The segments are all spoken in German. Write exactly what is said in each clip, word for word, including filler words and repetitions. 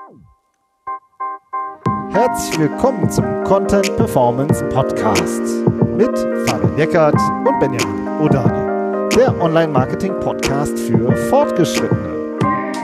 Herzlich willkommen zum Content Performance Podcast mit Fabian Jeckert und Benjamin Odani, der Online-Marketing-Podcast für Fortgeschrittene.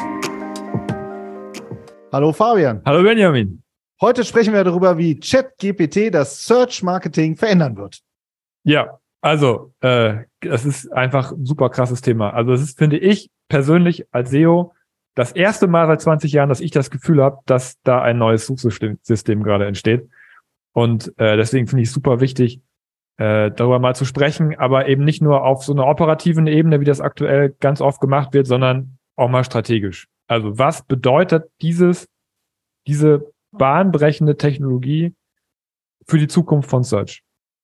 Hallo Fabian. Hallo Benjamin. Heute sprechen wir darüber, wie ChatGPT das Search-Marketing verändern wird. Ja, also äh, das ist einfach ein super krasses Thema. Also es ist, finde ich, persönlich als S E O das erste Mal seit zwanzig Jahren, dass ich das Gefühl habe, dass da ein neues Suchsystem System gerade entsteht. Und äh, deswegen finde ich es super wichtig, äh, darüber mal zu sprechen, aber eben nicht nur auf so einer operativen Ebene, wie das aktuell ganz oft gemacht wird, sondern auch mal strategisch. Also was bedeutet dieses, diese bahnbrechende Technologie für die Zukunft von Search?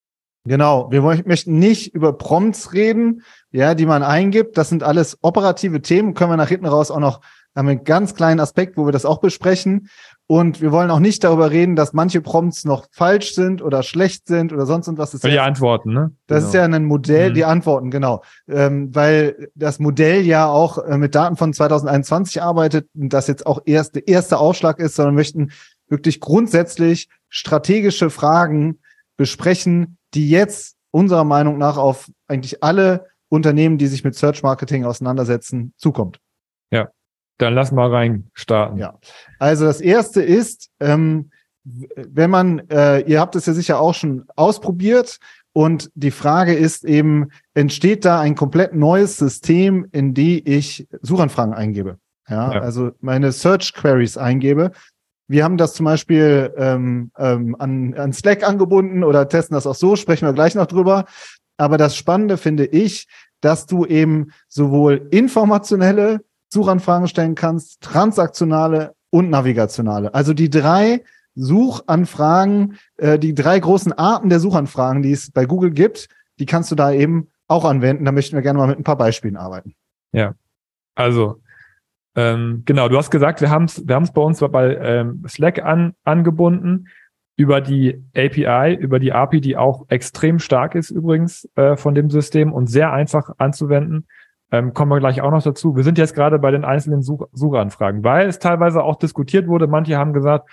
Genau, wir möchten nicht über Prompts reden, ja, die man eingibt. Das sind alles operative Themen, können wir nach hinten raus auch noch, haben wir einen ganz kleinen Aspekt, wo wir das auch besprechen. Und wir wollen auch nicht darüber reden, dass manche Prompts noch falsch sind oder schlecht sind oder sonst irgendwas. Das ist die ja, Antworten, ne? Das genau. ist ja ein Modell, mhm. die Antworten, genau. Ähm, weil das Modell ja auch äh, mit Daten von zwanzig einundzwanzig arbeitet und das jetzt auch erst der erste Aufschlag ist, sondern möchten wirklich grundsätzlich strategische Fragen besprechen, die jetzt unserer Meinung nach auf eigentlich alle Unternehmen, die sich mit Search Marketing auseinandersetzen, zukommt. Ja, dann lass mal rein starten. Ja, also das erste ist, ähm, wenn man, äh, ihr habt es ja sicher auch schon ausprobiert und die Frage ist eben, entsteht da ein komplett neues System, in die ich Suchanfragen eingebe? Ja, ja. Also meine Search Queries eingebe. Wir haben das zum Beispiel ähm, ähm, an, an Slack angebunden oder testen das auch so, sprechen wir gleich noch drüber. Aber das Spannende finde ich, dass du eben sowohl informationelle Suchanfragen stellen kannst, transaktionale und navigationale. Also die drei Suchanfragen, äh, die drei großen Arten der Suchanfragen, die es bei Google gibt, die kannst du da eben auch anwenden. Da möchten wir gerne mal mit ein paar Beispielen arbeiten. Ja, also Ähm, genau, du hast gesagt, wir haben es wir haben es bei uns bei ähm, Slack an, angebunden über die A P I, über die A P I, die auch extrem stark ist übrigens äh, von dem System und sehr einfach anzuwenden. Ähm, kommen wir gleich auch noch dazu. Wir sind jetzt gerade bei den einzelnen Such Suchanfragen, weil es teilweise auch diskutiert wurde. Manche haben gesagt,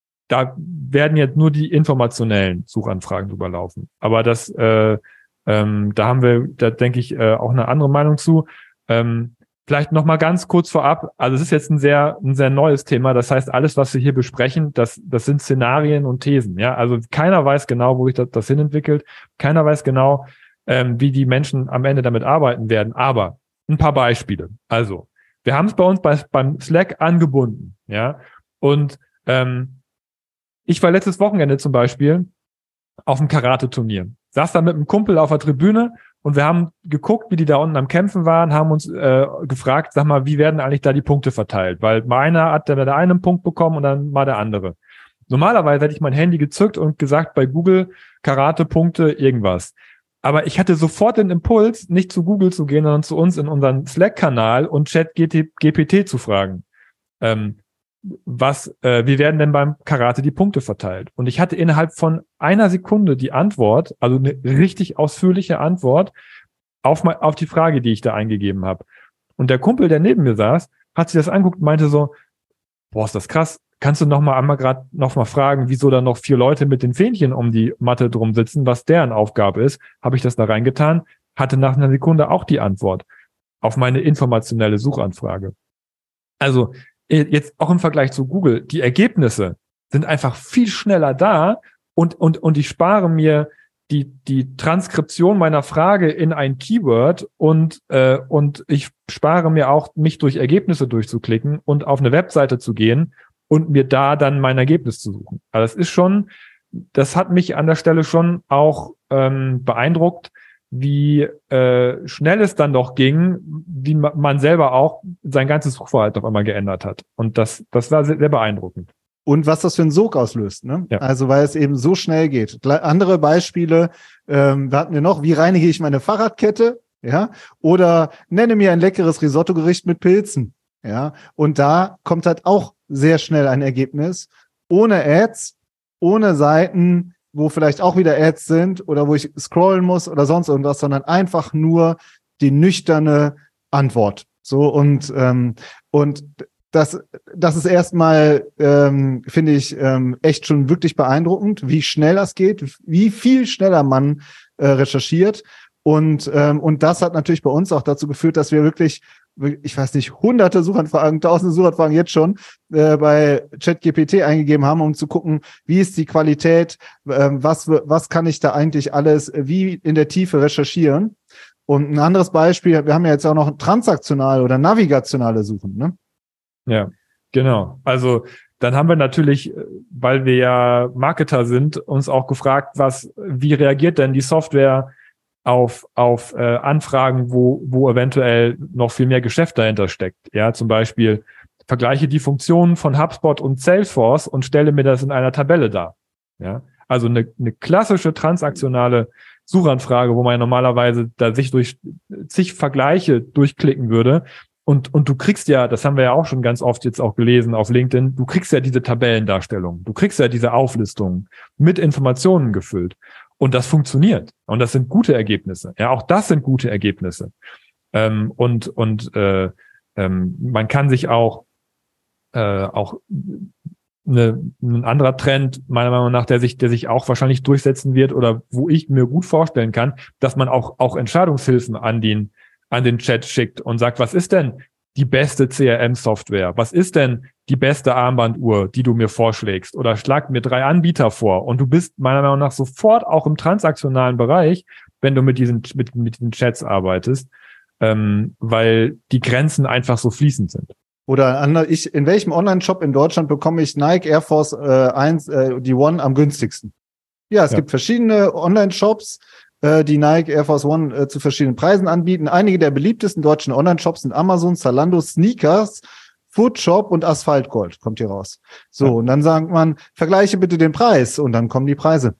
da werden jetzt nur die informationellen Suchanfragen drüber laufen. Aber das, äh, ähm, da haben wir, da denke ich, äh, auch eine andere Meinung zu. Ähm, Vielleicht noch mal ganz kurz vorab. Also es ist jetzt ein sehr ein sehr neues Thema. Das heißt, alles, was wir hier besprechen, das das sind Szenarien und Thesen. Ja, also keiner weiß genau, wo sich das, das hin entwickelt. Keiner weiß genau, ähm, wie die Menschen am Ende damit arbeiten werden. Aber ein paar Beispiele. Also wir haben es bei uns bei, beim Slack angebunden. Ja, und ähm, ich war letztes Wochenende zum Beispiel auf einem Karate-Turnier. Saß da mit einem Kumpel auf der Tribüne. Und wir haben geguckt, wie die da unten am Kämpfen waren, haben uns äh, gefragt, sag mal, wie werden eigentlich da die Punkte verteilt? Weil meiner hat dann der einen Punkt bekommen und dann mal der andere. Normalerweise hätte ich mein Handy gezückt und gesagt, bei Google Karate-Punkte irgendwas. Aber ich hatte sofort den Impuls, nicht zu Google zu gehen, sondern zu uns in unseren Slack-Kanal und ChatGPT zu fragen. Ähm, was, äh, wie werden denn beim Karate die Punkte verteilt? Und ich hatte innerhalb von einer Sekunde die Antwort, also eine richtig ausführliche Antwort auf, mal, auf die Frage, die ich da eingegeben habe. Und der Kumpel, der neben mir saß, hat sich das angeguckt und meinte so, boah, ist das krass. Kannst du noch mal einmal gerade noch mal fragen, wieso da noch vier Leute mit den Fähnchen um die Matte drum sitzen, was deren Aufgabe ist? Habe ich das da reingetan? Hatte nach einer Sekunde auch die Antwort auf meine informationelle Suchanfrage. Also jetzt auch im Vergleich zu Google, die Ergebnisse sind einfach viel schneller da und, und, und ich spare mir die, die Transkription meiner Frage in ein Keyword und, äh, und ich spare mir auch, mich durch Ergebnisse durchzuklicken und auf eine Webseite zu gehen und mir da dann mein Ergebnis zu suchen. Also das ist schon, das hat mich an der Stelle schon auch ähm, beeindruckt, wie äh, schnell es dann doch ging, wie ma- man selber auch sein ganzes Suchverhalten auf einmal geändert hat. Und das, das war sehr, sehr beeindruckend. Und was das für einen Sog auslöst, ne? Ja. Also weil es eben so schnell geht. Gle- andere Beispiele, ähm, da hatten wir noch, wie reinige ich meine Fahrradkette, ja? Oder nenne mir ein leckeres Risotto-Gericht mit Pilzen, ja? Und da kommt halt auch sehr schnell ein Ergebnis, ohne Ads, ohne Seiten, wo vielleicht auch wieder Ads sind oder wo ich scrollen muss oder sonst irgendwas, sondern einfach nur die nüchterne Antwort. So und ähm, und das, das ist erstmal, ähm, finde ich, ähm, echt schon wirklich beeindruckend, wie schnell das geht, wie viel schneller man äh, recherchiert. Und, ähm, und das hat natürlich bei uns auch dazu geführt, dass wir wirklich, ich weiß nicht, hunderte Suchanfragen, tausende Suchanfragen jetzt schon äh, bei ChatGPT eingegeben haben, um zu gucken, wie ist die Qualität, äh, was, was kann ich da eigentlich alles, wie in der Tiefe recherchieren. Und ein anderes Beispiel, wir haben ja jetzt auch noch transaktionale oder navigationale Suchen, ne? Ja, genau. Also dann haben wir natürlich, weil wir ja Marketer sind, uns auch gefragt, was, wie reagiert denn die Software auf auf äh, Anfragen, wo wo eventuell noch viel mehr Geschäft dahinter steckt. Ja, zum Beispiel vergleiche die Funktionen von HubSpot und Salesforce und stelle mir das in einer Tabelle dar. Ja, also eine, eine klassische transaktionale Suchanfrage, wo man ja normalerweise da sich durch zig Vergleiche durchklicken würde. Und, und du kriegst ja, das haben wir ja auch schon ganz oft jetzt auch gelesen auf LinkedIn, du kriegst ja diese Tabellendarstellung, du kriegst ja diese Auflistung mit Informationen gefüllt. Und das funktioniert. Und das sind gute Ergebnisse. Ja, auch das sind gute Ergebnisse. Ähm, und und äh, ähm, man kann sich auch äh, auch eine, ein anderer Trend, meiner Meinung nach, der sich, der sich auch wahrscheinlich durchsetzen wird oder wo ich mir gut vorstellen kann, dass man auch auch Entscheidungshilfen an den an den Chat schickt und sagt, was ist denn die beste C R M-Software? Was ist denn die beste Armbanduhr, die du mir vorschlägst? Oder schlag mir drei Anbieter vor. Und du bist meiner Meinung nach sofort auch im transaktionalen Bereich, wenn du mit diesen mit, mit den Chats arbeitest, ähm, weil die Grenzen einfach so fließend sind. Oder ich, in welchem Online-Shop in Deutschland bekomme ich Nike Air Force äh, eins, äh, die One am günstigsten? Ja, es ja. gibt verschiedene Online-Shops, die Nike Air Force One äh, zu verschiedenen Preisen anbieten. Einige der beliebtesten deutschen Online-Shops sind Amazon, Zalando, Sneakers, Foodshop und Asphalt Gold. Kommt hier raus. So, ja. Und dann sagt man, vergleiche bitte den Preis und dann kommen die Preise.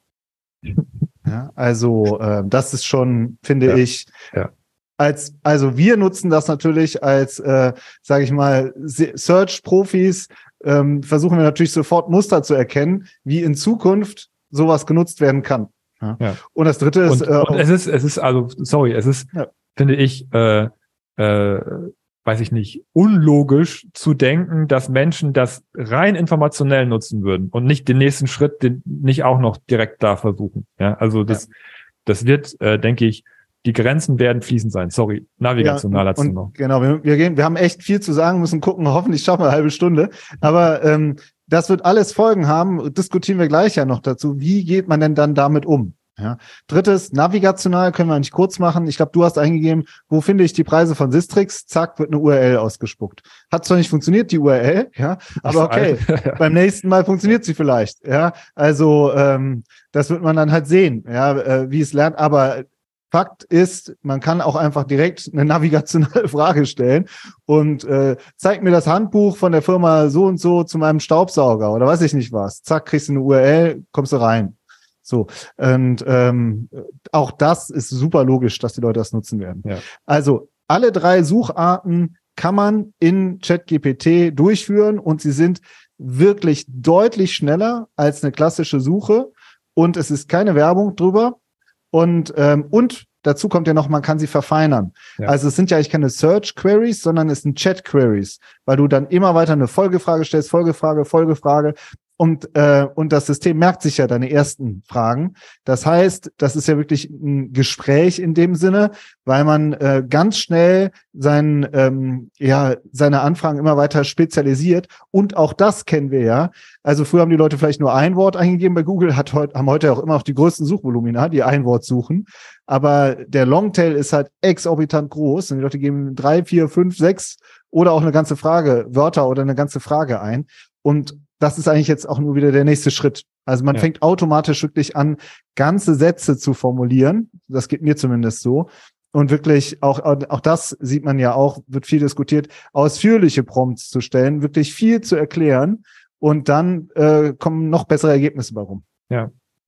Ja, also äh, das ist schon, finde ja. ich, ja. als also wir nutzen das natürlich als, äh, sage ich mal, Search-Profis, ähm, versuchen wir natürlich sofort Muster zu erkennen, wie in Zukunft sowas genutzt werden kann. Ja. Ja. Und das dritte ist, und, äh, und es ist, es ist, also, sorry, es ist, ja. finde ich, äh, äh, weiß ich nicht, unlogisch zu denken, dass Menschen das rein informationell nutzen würden und nicht den nächsten Schritt, den nicht auch noch direkt da versuchen. Ja, also das, ja. das wird, äh, denke ich, die Grenzen werden fließend sein. Sorry, navigational ja, hast du noch. Genau, wir, wir gehen, wir haben echt viel zu sagen, müssen gucken, hoffentlich schaffen wir eine halbe Stunde. Aber ähm, das wird alles Folgen haben, diskutieren wir gleich ja noch dazu. Wie geht man denn dann damit um? Ja. Drittes, navigational können wir eigentlich kurz machen. Ich glaube, du hast eingegeben, wo finde ich die Preise von Sistrix? Zack, wird eine U R L ausgespuckt. Hat zwar nicht funktioniert, die U R L, ja, aber okay, beim nächsten Mal funktioniert sie vielleicht. Ja, also ähm, das wird man dann halt sehen, ja, äh, wie es lernt. Aber Fakt ist, man kann auch einfach direkt eine navigationale Frage stellen und äh, zeig mir das Handbuch von der Firma so und so zu meinem Staubsauger oder weiß ich nicht was. Zack, kriegst du eine U R L, kommst du rein. So, und ähm, auch das ist super logisch, dass die Leute das nutzen werden. Ja. Also alle drei Sucharten kann man in ChatGPT durchführen und sie sind wirklich deutlich schneller als eine klassische Suche und es ist keine Werbung drüber. Und, ähm, und dazu kommt ja noch, man kann sie verfeinern. Ja. Also es sind ja eigentlich keine Search-Queries, sondern es sind Chat-Queries, weil du dann immer weiter eine Folgefrage stellst, Folgefrage, Folgefrage. Und, äh, und das System merkt sich ja deine ersten Fragen. Das heißt, das ist ja wirklich ein Gespräch in dem Sinne, weil man äh, ganz schnell sein, ähm, ja, seine Anfragen immer weiter spezialisiert. Und auch das kennen wir ja. Also früher haben die Leute vielleicht nur ein Wort eingegeben bei Google, hat heut, haben heute auch immer noch die größten Suchvolumina, die ein Wort suchen. Aber der Longtail ist halt exorbitant groß. Und die Leute geben drei, vier, fünf, sechs oder auch eine ganze Frage, Wörter oder eine ganze Frage ein. Und das ist eigentlich jetzt auch nur wieder der nächste Schritt. Also man ja. fängt automatisch wirklich an, ganze Sätze zu formulieren. Das geht mir zumindest so. Und wirklich auch, auch das sieht man ja auch, wird viel diskutiert, ausführliche Prompts zu stellen, wirklich viel zu erklären und dann äh, kommen noch bessere Ergebnisse bei rum. Ja.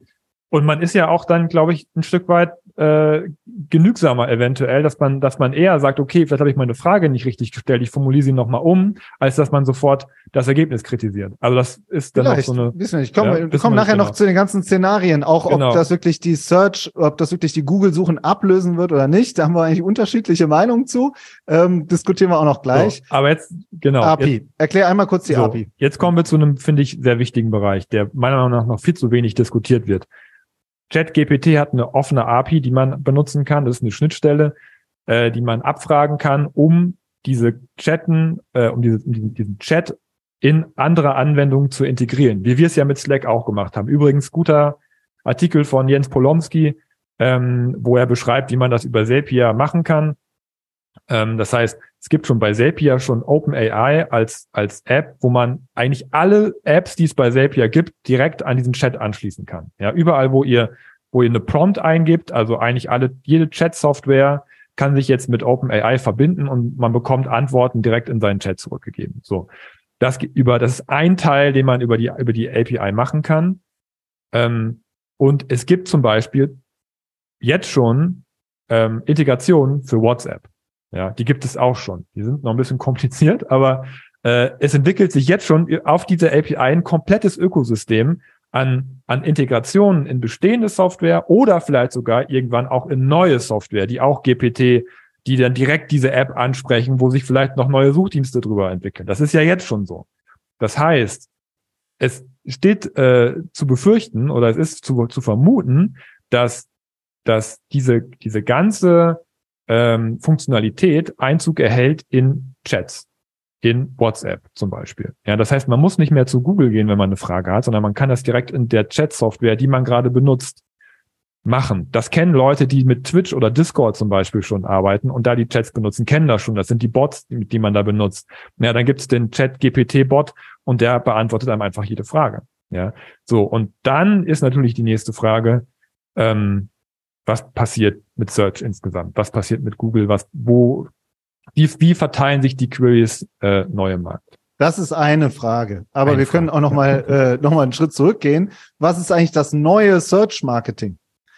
Und man ist ja auch dann, glaube ich, ein Stück weit äh, genügsamer eventuell, dass man, dass man eher sagt, okay, vielleicht habe ich meine Frage nicht richtig gestellt, ich formuliere sie nochmal um, als dass man sofort das Ergebnis kritisiert. Also das ist dann Vielleicht, auch so eine. wissen wir nicht. Ich komme, ja, wir kommen nachher genau. noch zu den ganzen Szenarien, auch Genau. ob das wirklich die Search, ob das wirklich die Google-Suchen ablösen wird oder nicht. Da haben wir eigentlich unterschiedliche Meinungen zu. Ähm, diskutieren wir auch noch gleich. So, aber jetzt, genau. A P I. Jetzt, Erklär einmal kurz die so, A P I. Jetzt kommen wir zu einem, finde ich, sehr wichtigen Bereich, der meiner Meinung nach noch viel zu wenig diskutiert wird. ChatGPT hat eine offene A P I, die man benutzen kann. Das ist eine Schnittstelle, äh, die man abfragen kann, um diese Chatten, äh, um, diese, um diesen, diesen Chat in andere Anwendungen zu integrieren, wie wir es ja mit Slack auch gemacht haben. Übrigens guter Artikel von Jens Polomski, ähm, wo er beschreibt, wie man das über Zapier machen kann. Ähm, das heißt, es gibt schon bei Zapier schon OpenAI als als App, wo man eigentlich alle Apps, die es bei Zapier gibt, direkt an diesen Chat anschließen kann. Ja, überall, wo ihr wo ihr eine Prompt eingibt, also eigentlich alle jede Chat-Software kann sich jetzt mit OpenAI verbinden und man bekommt Antworten direkt in seinen Chat zurückgegeben. So, das über das ist ein Teil, den man über die über die A P I machen kann. Ähm, und es gibt zum Beispiel jetzt schon ähm, Integrationen für WhatsApp. Ja, die gibt es auch schon. Die sind noch ein bisschen kompliziert, aber äh, es entwickelt sich jetzt schon auf dieser A P I ein komplettes Ökosystem an an Integrationen in bestehende Software oder vielleicht sogar irgendwann auch in neue Software, die auch G P T, die dann direkt diese App ansprechen, wo sich vielleicht noch neue Suchdienste drüber entwickeln. Das ist ja jetzt schon so. Das heißt, es steht äh, zu befürchten oder es ist zu, zu vermuten, dass dass diese diese ganze ähm, Funktionalität Einzug erhält in Chats, in WhatsApp zum Beispiel. Ja, das heißt, man muss nicht mehr zu Google gehen, wenn man eine Frage hat, sondern man kann das direkt in der Chat-Software, die man gerade benutzt, machen. Das kennen Leute, die mit Twitch oder Discord zum Beispiel schon arbeiten und da die Chats benutzen, kennen das schon. Das sind die Bots, die, die man da benutzt. Ja, dann gibt es den Chat-G P T-Bot und der beantwortet einem einfach jede Frage. Ja, so. Und dann ist natürlich die nächste Frage, ähm, was passiert mit Search insgesamt? Was passiert mit Google? Was, wo, wie, wie verteilen sich die Queries äh, neu im Markt? Das ist eine Frage. Aber eine wir Frage. können auch noch mal, äh, noch mal einen Schritt zurückgehen. Was ist eigentlich das neue Search Marketing?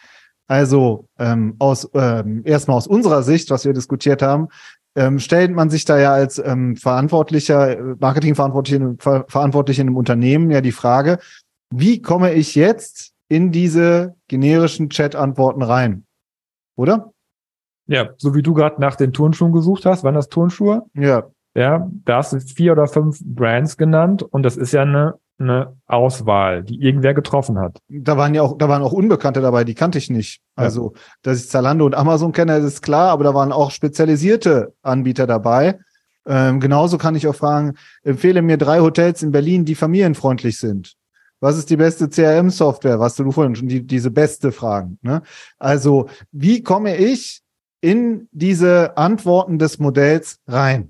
Also ähm, aus ähm, erstmal aus unserer Sicht, was wir diskutiert haben, ähm, stellt man sich da ja als ähm, Verantwortlicher, Marketingverantwortlicher Ver Verantwortlicher in einem Unternehmen ja die Frage, wie komme ich jetzt in diese generischen Chat-Antworten rein? Oder? Ja, so wie du gerade nach den Turnschuhen gesucht hast, waren das Turnschuhe? Ja. Ja, da hast du vier oder fünf Brands genannt und das ist ja eine, eine Auswahl, die irgendwer getroffen hat. Da waren ja auch, da waren auch Unbekannte dabei, die kannte ich nicht. Ja. Also, dass ich Zalando und Amazon kenne, das ist klar, aber da waren auch spezialisierte Anbieter dabei. Ähm, genauso kann ich auch fragen, empfehle mir drei Hotels in Berlin, die familienfreundlich sind. Was ist die beste C R M-Software? Was du vorhin schon, die, diese beste Fragen, ne? Also, wie komme ich in diese Antworten des Modells rein?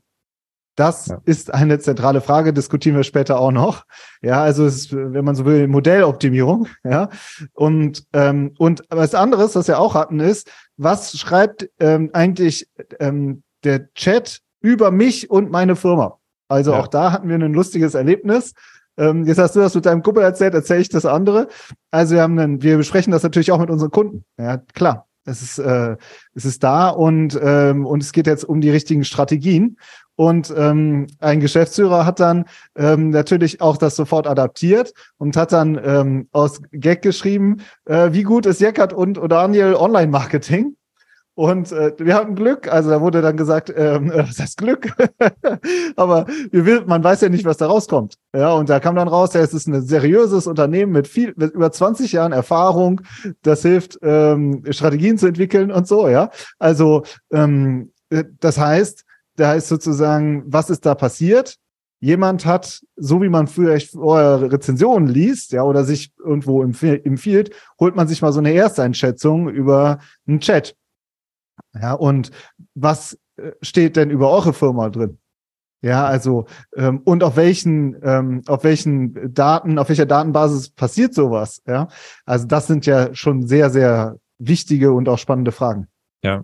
Das ja. ist eine zentrale Frage, diskutieren wir später auch noch. Ja, also es ist, wenn man so will, Modelloptimierung. Ja, und ähm, und was anderes, was wir auch hatten, ist, was schreibt ähm, eigentlich ähm, der Chat über mich und meine Firma? Also ja. auch da hatten wir ein lustiges Erlebnis. Ähm, jetzt hast du das mit deinem Kumpel erzählt, erzähle ich das andere. Also wir haben einen, wir besprechen das natürlich auch mit unseren Kunden. Ja, klar. Es ist, äh, es ist da und, ähm, und es geht jetzt um die richtigen Strategien. Und ähm, ein Geschäftsführer hat dann ähm, natürlich auch das sofort adaptiert und hat dann ähm, aus Gag geschrieben, äh, wie gut ist Jeckert und Daniel Online-Marketing? Und äh, wir hatten Glück, also da wurde dann gesagt, ähm, das heißt Glück, aber wir will, man weiß ja nicht, was da rauskommt. Ja, und da kam dann raus, ja, es ist ein seriöses Unternehmen mit viel, mit über zwanzig Jahren Erfahrung, das hilft, ähm, Strategien zu entwickeln und so, ja. Also ähm, das heißt, da ist sozusagen, was ist da passiert? Jemand hat, so wie man vielleicht vorher Rezensionen liest, ja, oder sich irgendwo empfiehlt, holt man sich mal so eine Ersteinschätzung über einen Chat. Ja, und was steht denn über eure Firma drin? Ja, also ähm, und auf welchen ähm, auf welchen Daten, auf welcher Datenbasis passiert sowas? Ja, also das sind ja schon sehr sehr wichtige und auch spannende Fragen. Ja,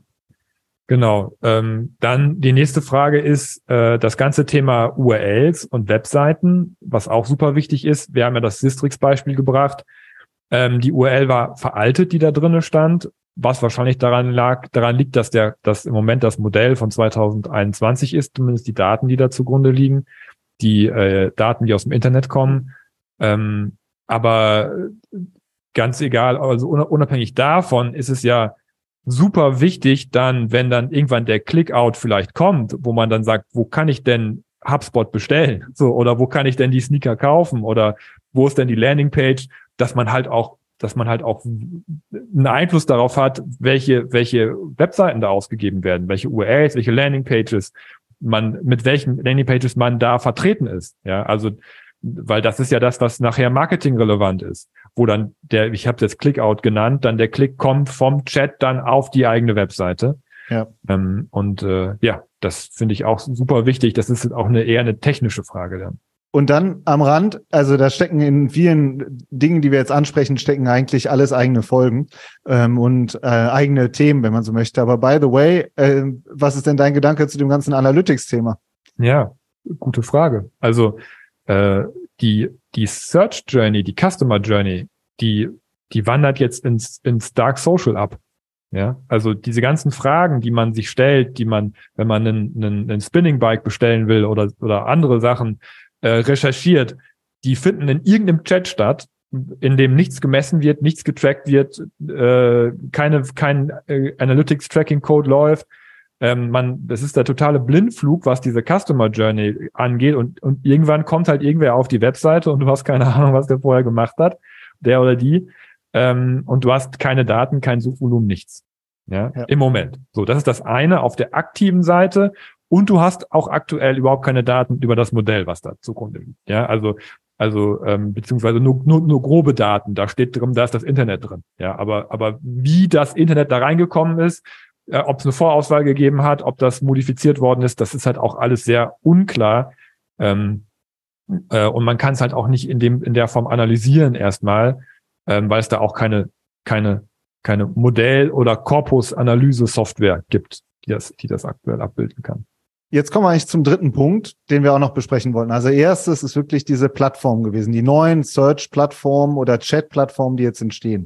genau. Ähm, dann die nächste Frage ist äh, das ganze Thema U R Ls und Webseiten, was auch super wichtig ist. Wir haben ja das Sistrix-Beispiel gebracht. Ähm, die U R L war veraltet, die da drinne stand, was wahrscheinlich daran lag, daran liegt, dass der, dass im Moment das Modell von zwanzig einundzwanzig ist, zumindest die Daten, die da zugrunde liegen, die äh, Daten, die aus dem Internet kommen. Ähm, aber ganz egal, also unabhängig davon ist es ja super wichtig, dann, wenn dann irgendwann der Clickout vielleicht kommt, wo man dann sagt, wo kann ich denn HubSpot bestellen? So, oder wo kann ich denn die Sneaker kaufen? Oder wo ist denn die Landingpage? Dass man halt auch, dass man halt auch einen Einfluss darauf hat, welche, welche Webseiten da ausgegeben werden, welche U R Ls, welche Landingpages man, mit welchen Landingpages man da vertreten ist. Ja, also, weil das ist ja das, was nachher marketingrelevant ist, wo dann der, ich habe es jetzt Clickout genannt, dann der Klick kommt vom Chat dann auf die eigene Webseite. Ja. Ähm, und äh, ja, das finde ich auch super wichtig. Das ist auch eine eher eine technische Frage dann. Und dann am Rand, also da stecken in vielen Dingen, die wir jetzt ansprechen, stecken eigentlich alles eigene Folgen ähm, und äh, eigene Themen, wenn man so möchte. Aber by the way, äh, was ist denn dein Gedanke zu dem ganzen Analytics-Thema? Ja, gute Frage. Also äh, die die Search Journey, die Customer Journey, die die wandert jetzt ins ins Dark Social ab. Ja, also diese ganzen Fragen, die man sich stellt, die man, wenn man einen, einen, einen Spinning Bike bestellen will oder oder andere Sachen äh, recherchiert, die finden in irgendeinem Chat statt, in dem nichts gemessen wird, nichts getrackt wird, äh, keine kein äh, Analytics Tracking Code läuft. Ähm, man, das ist der totale Blindflug, was diese Customer Journey angeht, und und irgendwann kommt halt irgendwer auf die Webseite und du hast keine Ahnung, was der vorher gemacht hat, der oder die. Ähm, und du hast keine Daten, kein Suchvolumen, nichts. Ja, ja, im Moment. So, das ist das eine auf der aktiven Seite. Und du hast auch aktuell überhaupt keine Daten über das Modell, was da zugrunde liegt. Ja, also, also, ähm, beziehungsweise nur, nur, nur grobe Daten. Da steht drin, da ist das Internet drin. Ja, aber, aber wie das Internet da reingekommen ist, äh, ob es eine Vorauswahl gegeben hat, ob das modifiziert worden ist, das ist halt auch alles sehr unklar. Ähm, äh, und man kann es halt auch nicht in dem, in der Form analysieren erstmal, ähm, weil es da auch keine, keine, keine Modell- oder Korpus-Analyse-Software gibt, die das, die das aktuell abbilden kann. Jetzt kommen wir eigentlich zum dritten Punkt, den wir auch noch besprechen wollten. Also erstes ist wirklich diese Plattform gewesen, die neuen Search-Plattformen oder Chat-Plattformen, die jetzt entstehen.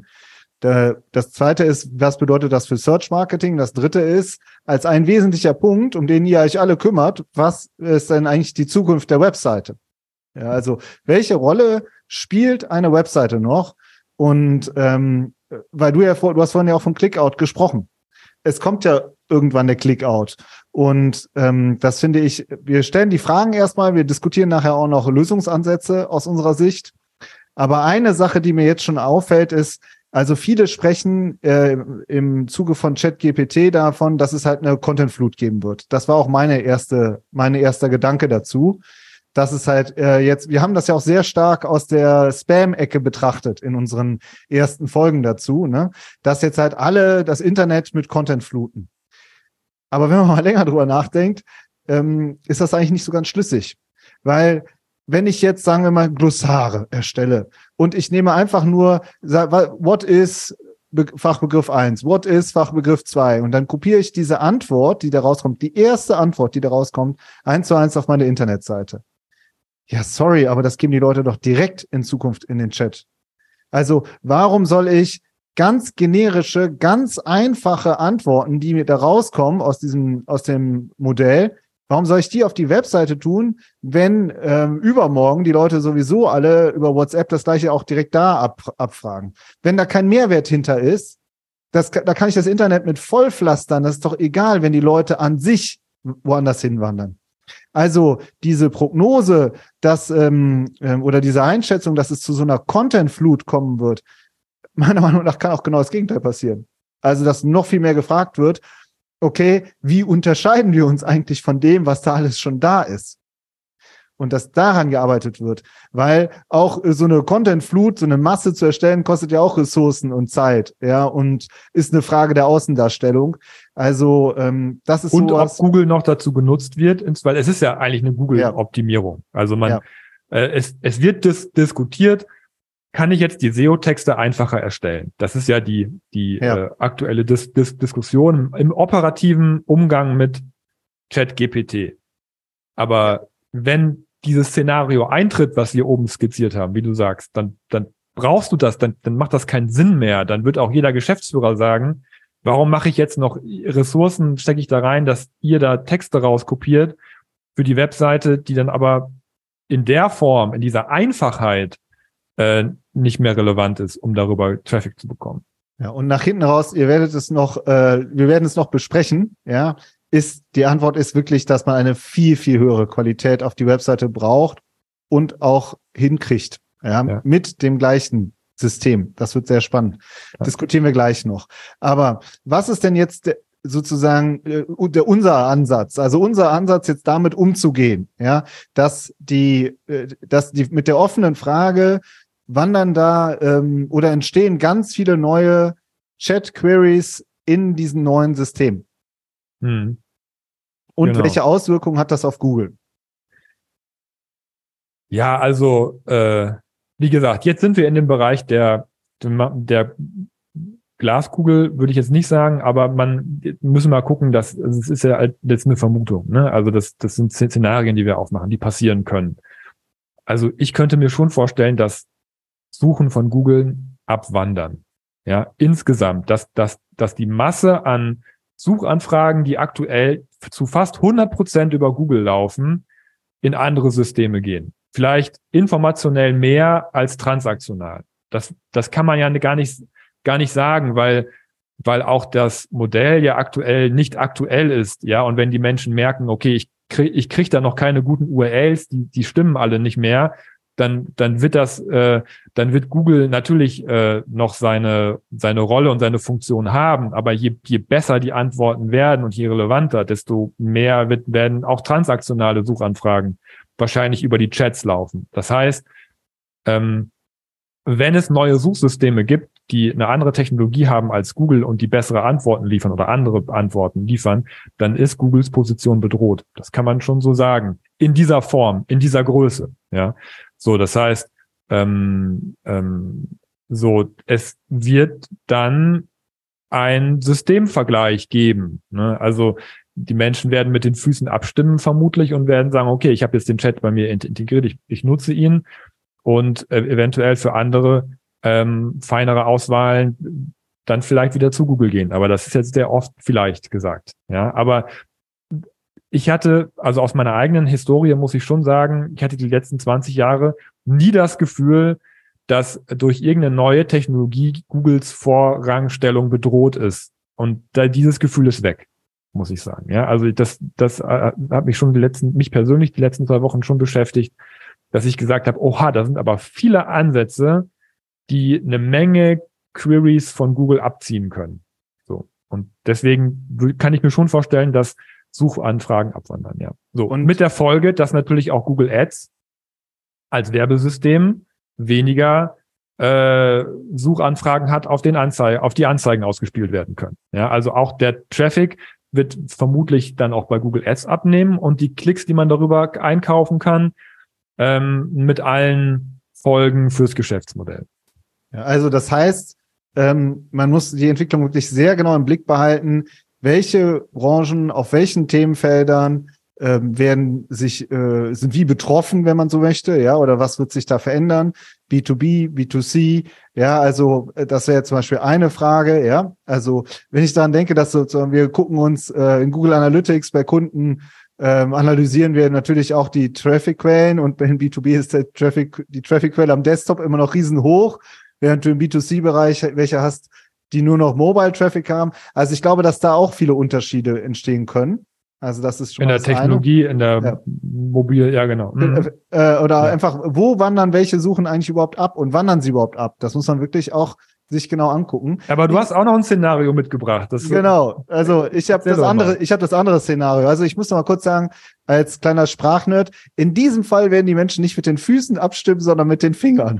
Das zweite ist, was bedeutet das für Search-Marketing? Das dritte ist, als ein wesentlicher Punkt, um den ihr euch alle kümmert, was ist denn eigentlich die Zukunft der Webseite? Ja, also welche Rolle spielt eine Webseite noch? Und ähm, weil du ja vor, du hast vorhin ja auch von Clickout gesprochen. Es kommt ja irgendwann der Clickout. Und ähm, das finde ich, wir stellen die Fragen erstmal, wir diskutieren nachher auch noch Lösungsansätze aus unserer Sicht. Aber eine Sache, die mir jetzt schon auffällt, ist, also viele sprechen äh, im Zuge von ChatGPT davon, dass es halt eine Contentflut geben wird. Das war auch meine erste, meine erster Gedanke dazu. Dass es halt äh, jetzt, wir haben das ja auch sehr stark aus der Spam-Ecke betrachtet in unseren ersten Folgen dazu, ne? Dass jetzt halt alle das Internet mit Content fluten. Aber wenn man mal länger drüber nachdenkt, ähm, ist das eigentlich nicht so ganz schlüssig. Weil wenn ich jetzt, sagen wir mal, Glossare erstelle und ich nehme einfach nur, what is Fachbegriff eins, what is Fachbegriff zwei, und dann kopiere ich diese Antwort, die da rauskommt, die erste Antwort, die da rauskommt, eins zu eins auf meine Internetseite. Ja, sorry, aber das geben die Leute doch direkt in Zukunft in den Chat. Also warum soll ich ganz generische, ganz einfache Antworten, die mir da rauskommen aus diesem, aus dem Modell, warum soll ich die auf die Webseite tun, wenn ähm, übermorgen die Leute sowieso alle über WhatsApp das gleiche auch direkt da ab, abfragen? Wenn da kein Mehrwert hinter ist, das, da kann ich das Internet mit vollpflastern. Das ist doch egal, wenn die Leute an sich woanders hinwandern. Also diese Prognose, dass ähm, oder diese Einschätzung, dass es zu so einer Content-Flut kommen wird, meiner Meinung nach kann auch genau das Gegenteil passieren. Also dass noch viel mehr gefragt wird, okay, wie unterscheiden wir uns eigentlich von dem, was da alles schon da ist? Und dass daran gearbeitet wird, weil auch so eine Content-Flut, so eine Masse zu erstellen, kostet ja auch Ressourcen und Zeit, ja, und ist eine Frage der Außendarstellung. Also ähm, das ist und sowas, ob Google noch dazu genutzt wird, weil es ist ja eigentlich eine Google-Optimierung. Also man, ja. äh, es es wird dis- diskutiert, kann ich jetzt die S E O-Texte einfacher erstellen? Das ist ja die die ja. Äh, aktuelle Dis- Dis- Diskussion im operativen Umgang mit ChatGPT. Aber wenn dieses Szenario eintritt, was wir oben skizziert haben, wie du sagst, dann dann brauchst du das, dann, dann macht das keinen Sinn mehr. Dann wird auch jeder Geschäftsführer sagen, warum mache ich jetzt noch Ressourcen, stecke ich da rein, dass ihr da Texte rauskopiert für die Webseite, die dann aber in der Form, in dieser Einfachheit äh, nicht mehr relevant ist, um darüber Traffic zu bekommen. Ja, und nach hinten raus, ihr werdet es noch, äh, wir werden es noch besprechen, ja, ist, die Antwort ist wirklich, dass man eine viel, viel höhere Qualität auf die Webseite braucht und auch hinkriegt, ja, ja. mit dem gleichen System. Das wird sehr spannend. Ja. Diskutieren wir gleich noch. Aber was ist denn jetzt der, sozusagen äh, der, unser Ansatz? Also unser Ansatz jetzt damit umzugehen, ja, dass die, äh, dass die mit der offenen Frage wandern da ähm, oder entstehen ganz viele neue Chat-Queries in diesem neuen System. Hm. Und genau. welche Auswirkungen hat das auf Google? Ja, also äh, wie gesagt, jetzt sind wir in dem Bereich der, der Glaskugel, würde ich jetzt nicht sagen, aber man müssen mal gucken, dass also es ist ja halt, das ist eine Vermutung, ne? Also das, das sind Szenarien, die wir aufmachen, die passieren können. Also ich könnte mir schon vorstellen, dass Suchen von Google abwandern. Ja, insgesamt, dass, dass, dass die Masse an Suchanfragen, die aktuell zu fast hundert Prozent über Google laufen, in andere Systeme gehen. Vielleicht informationell mehr als transaktional. Das, das kann man ja gar nicht, gar nicht sagen, weil, weil auch das Modell ja aktuell nicht aktuell ist. Ja, und wenn die Menschen merken, okay, ich krieg, ich krieg da noch keine guten U R Ls, die, die stimmen alle nicht mehr, dann, dann wird das, äh, dann wird Google natürlich äh, noch seine, seine Rolle und seine Funktion haben. Aber je, je besser die Antworten werden und je relevanter, desto mehr wird, werden auch transaktionale Suchanfragen wahrscheinlich über die Chats laufen. Das heißt, ähm, wenn es neue Suchsysteme gibt, die eine andere Technologie haben als Google und die bessere Antworten liefern oder andere Antworten liefern, dann ist Googles Position bedroht. Das kann man schon so sagen. In dieser Form, in dieser Größe, ja. So, das heißt, ähm, ähm, so, es wird dann ein Systemvergleich geben, ne? Also, die Menschen werden mit den Füßen abstimmen vermutlich und werden sagen, okay, ich habe jetzt den Chat bei mir integriert, ich, ich nutze ihn und äh, eventuell für andere ähm, feinere Auswahlen dann vielleicht wieder zu Google gehen. Aber das ist jetzt sehr oft vielleicht gesagt. Ja, aber ich hatte, also aus meiner eigenen Historie muss ich schon sagen, ich hatte die letzten zwanzig Jahre nie das Gefühl, dass durch irgendeine neue Technologie Googles Vorrangstellung bedroht ist. Und da, dieses Gefühl ist weg, muss ich sagen. Ja, also das, das äh, hat mich schon die letzten, mich persönlich die letzten zwei Wochen schon beschäftigt, dass ich gesagt habe, oha, da sind aber viele Ansätze, die eine Menge Queries von Google abziehen können. So. Und deswegen kann ich mir schon vorstellen, dass Suchanfragen abwandern, ja. So. Und mit der Folge, dass natürlich auch Google Ads als Werbesystem weniger äh, Suchanfragen hat, auf den Anzeigen, auf die Anzeigen ausgespielt werden können. Ja, also auch der Traffic wird vermutlich dann auch bei Google Ads abnehmen und die Klicks, die man darüber einkaufen kann, ähm, mit allen Folgen fürs Geschäftsmodell. Ja, also das heißt, ähm, man muss die Entwicklung wirklich sehr genau im Blick behalten. Welche Branchen auf welchen Themenfeldern ähm, werden sich äh, sind wie betroffen, wenn man so möchte, ja, oder was wird sich da verändern? B zwei B, B zwei C, ja, also das wäre jetzt zum Beispiel eine Frage, ja. Also wenn ich daran denke, dass sozusagen wir gucken uns äh, in Google Analytics bei Kunden ähm, analysieren wir natürlich auch die Traffic-Quellen und bei B zwei B ist der Traffic, die Traffic-Quelle am Desktop immer noch riesenhoch, während du im B zwei C-Bereich welche hast, die nur noch Mobile-Traffic haben. Also ich glaube, dass da auch viele Unterschiede entstehen können. Also das ist schon in mal der Technologie, eine. in der ja. Mobil, ja genau. Mhm. Äh, oder ja. einfach, wo wandern welche Suchen eigentlich überhaupt ab und wandern sie überhaupt ab? Das muss man wirklich auch sich genau angucken. Aber du ich, hast auch noch ein Szenario mitgebracht. Das genau, also ich habe das andere, ich habe das andere Szenario. Also ich muss noch mal kurz sagen, als kleiner Sprachnerd, in diesem Fall werden die Menschen nicht mit den Füßen abstimmen, sondern mit den Fingern.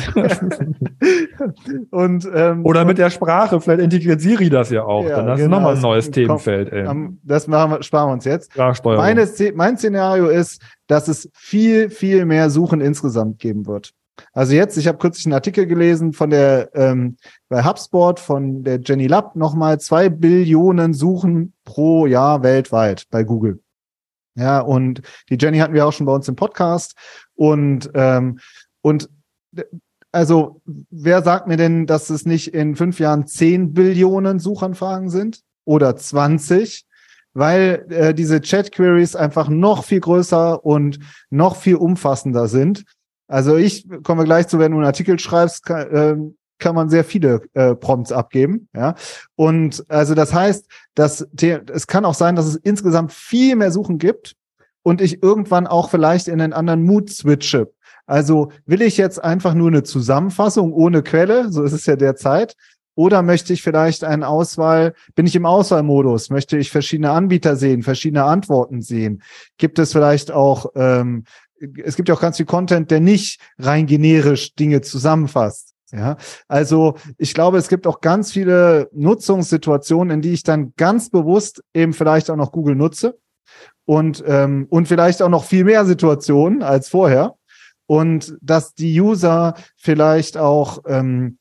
und ähm, Oder mit der Sprache, vielleicht integriert Siri das ja auch. Ja, dann hast genau, du nochmal ein das neues kommt, Themenfeld. Ey. Das machen wir, sparen wir uns jetzt. Sprachsteuerung. Meine, mein Szenario ist, dass es viel, viel mehr Suchen insgesamt geben wird. Also jetzt, ich habe kürzlich einen Artikel gelesen von der ähm, bei HubSpot von der Jenny Lapp nochmal zwei Billionen Suchen pro Jahr weltweit bei Google. Ja, und die Jenny hatten wir auch schon bei uns im Podcast und ähm, und also wer sagt mir denn, dass es nicht in fünf Jahren zehn Billionen Suchanfragen sind oder zwanzig? Weil äh, diese Chat-Queries einfach noch viel größer und noch viel umfassender sind. Also ich komme gleich zu, wenn du einen Artikel schreibst, kann, äh, kann man sehr viele äh, Prompts abgeben. Ja, und also das heißt, dass es kann auch sein, dass es insgesamt viel mehr Suchen gibt und ich irgendwann auch vielleicht in einen anderen Mood switche. Also will ich jetzt einfach nur eine Zusammenfassung ohne Quelle, so ist es ja derzeit, oder möchte ich vielleicht eine Auswahl, bin ich im Auswahlmodus, möchte ich verschiedene Anbieter sehen, verschiedene Antworten sehen? Gibt es vielleicht auch, ähm, es gibt ja auch ganz viel Content, der nicht rein generisch Dinge zusammenfasst. Ja, also ich glaube, es gibt auch ganz viele Nutzungssituationen, in die ich dann ganz bewusst eben vielleicht auch noch Google nutze und ähm, und vielleicht auch noch viel mehr Situationen als vorher und dass die User vielleicht auch ähm,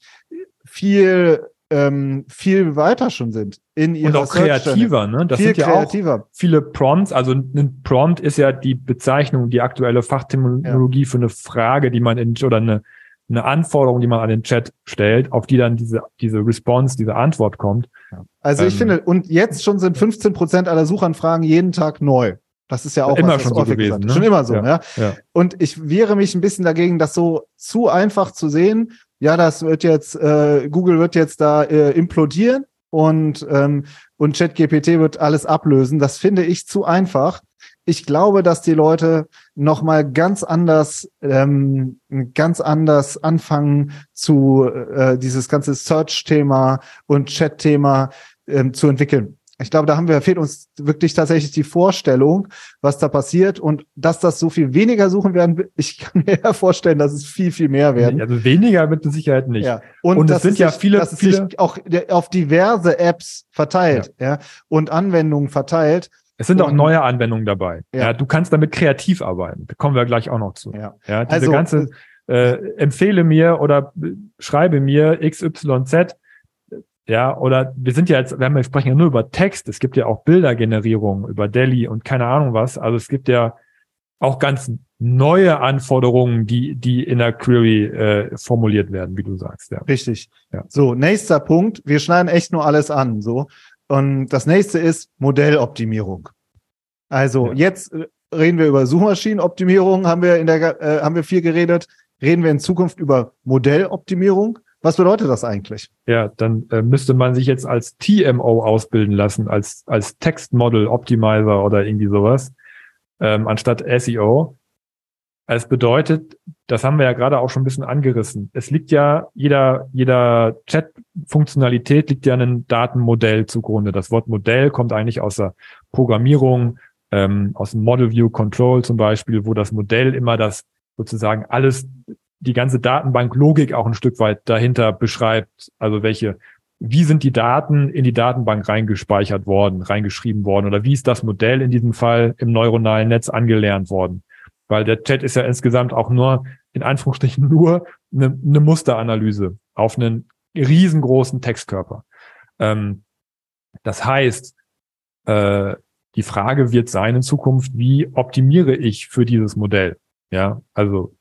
viel ähm, viel weiter schon sind in ihrer und auch kreativer, ne? Das viel sind ja kreativer. auch viele Prompts. Also ein Prompt ist ja die Bezeichnung, die aktuelle Fachterminologie ja. für eine Frage, die man in oder eine eine Anforderung, die man an den Chat stellt, auf die dann diese diese Response, diese Antwort kommt. Also ich ähm, finde, und jetzt schon sind fünfzehn Prozent aller Suchanfragen jeden Tag neu. Das ist ja auch immer was, schon so gewesen, ne? Schon immer so, ja, ja. ja. Und ich wehre mich ein bisschen dagegen, das so zu einfach zu sehen. Ja, das wird jetzt, äh, Google wird jetzt da äh, implodieren und ähm, und ChatGPT wird alles ablösen. Das finde ich zu einfach. Ich glaube, dass die Leute noch mal ganz anders, ähm, ganz anders anfangen zu äh, dieses ganze Search-Thema und Chat-Thema ähm, zu entwickeln. Ich glaube, da haben wir fehlt uns wirklich tatsächlich die Vorstellung, was da passiert und dass das so viel weniger suchen werden. Ich kann mir ja vorstellen, dass es viel viel mehr werden. Also weniger mit Sicherheit nicht. Ja. Und, und es sind sich, ja viele, dass es viele sich auch auf diverse Apps verteilt, ja, ja und Anwendungen verteilt. Es sind und, auch neue Anwendungen dabei. Ja. ja, du kannst damit kreativ arbeiten. Da kommen wir gleich auch noch zu. Ja, ja diese also, ganze äh, empfehle mir oder schreibe mir X Y Z. Ja, oder wir sind ja jetzt, wir, haben, wir sprechen ja nur über Text. Es gibt ja auch Bildergenerierung über Delhi und keine Ahnung was. Also es gibt ja auch ganz neue Anforderungen, die die in der Query äh, formuliert werden, wie du sagst. Ja. Richtig. Ja. So, nächster Punkt. Wir schneiden echt nur alles an. So. Und das nächste ist Modelloptimierung. Also ja. jetzt reden wir über Suchmaschinenoptimierung, haben wir in der äh, haben wir viel geredet. Reden wir in Zukunft über Modelloptimierung. Was bedeutet das eigentlich? Ja, dann äh, müsste man sich jetzt als T M O ausbilden lassen, als als Text Model Optimizer oder irgendwie sowas, ähm, anstatt S E O. Es bedeutet, das haben wir ja gerade auch schon ein bisschen angerissen. Es liegt ja, jeder jeder Chat-Funktionalität liegt ja ein Datenmodell zugrunde. Das Wort Modell kommt eigentlich aus der Programmierung, ähm, aus dem Model View Control zum Beispiel, wo das Modell immer das sozusagen alles, die ganze Datenbanklogik auch ein Stück weit dahinter beschreibt, also welche, wie sind die Daten in die Datenbank reingespeichert worden, reingeschrieben worden oder wie ist das Modell in diesem Fall im neuronalen Netz angelernt worden? Weil der Chat ist ja insgesamt auch nur, in Anführungsstrichen nur eine, eine Musteranalyse auf einen riesengroßen Textkörper. Ähm, das heißt, äh, die Frage wird sein in Zukunft, wie optimiere ich für dieses Modell? Ja, also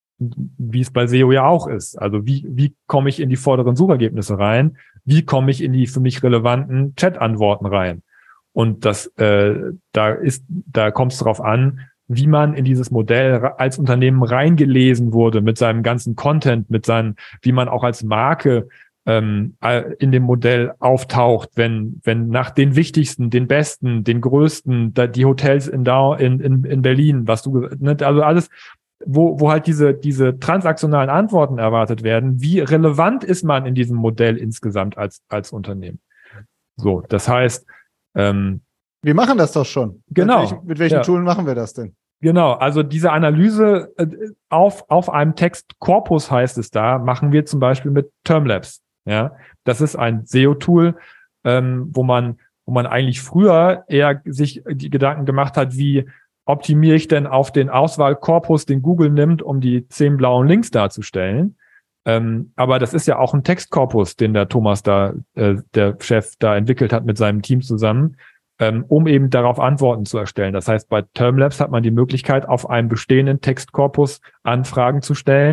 wie es bei S E O ja auch ist. Also wie wie komme ich in die vorderen Suchergebnisse rein? Wie komme ich in die für mich relevanten Chat-Antworten rein? Und das äh, da ist da kommt es darauf an, wie man in dieses Modell als Unternehmen reingelesen wurde mit seinem ganzen Content, mit seinen, wie man auch als Marke ähm, in dem Modell auftaucht, wenn wenn nach den wichtigsten, den besten, den größten, die Hotels in in in, in Berlin, was du ne, also alles wo wo halt diese diese transaktionalen Antworten erwartet werden, wie relevant ist man in diesem Modell insgesamt als als Unternehmen. So, das heißt, ähm, wir machen das doch schon. Genau. Mit welchen, mit welchen ja. Tools machen wir das denn? Genau, also diese Analyse äh, auf auf einem Textkorpus heißt es da, machen wir zum Beispiel mit Termlabs. Ja, das ist ein S E O-Tool, ähm, wo man wo man eigentlich früher eher sich die Gedanken gemacht hat, wie optimiere ich denn auf den Auswahlkorpus, den Google nimmt, um die zehn blauen Links darzustellen. Ähm, aber das ist ja auch ein Textkorpus, den der Thomas da, äh, der Chef da entwickelt hat mit seinem Team zusammen, ähm, um eben darauf Antworten zu erstellen. Das heißt, bei Termlabs hat man die Möglichkeit, auf einem bestehenden Textkorpus Anfragen zu stellen,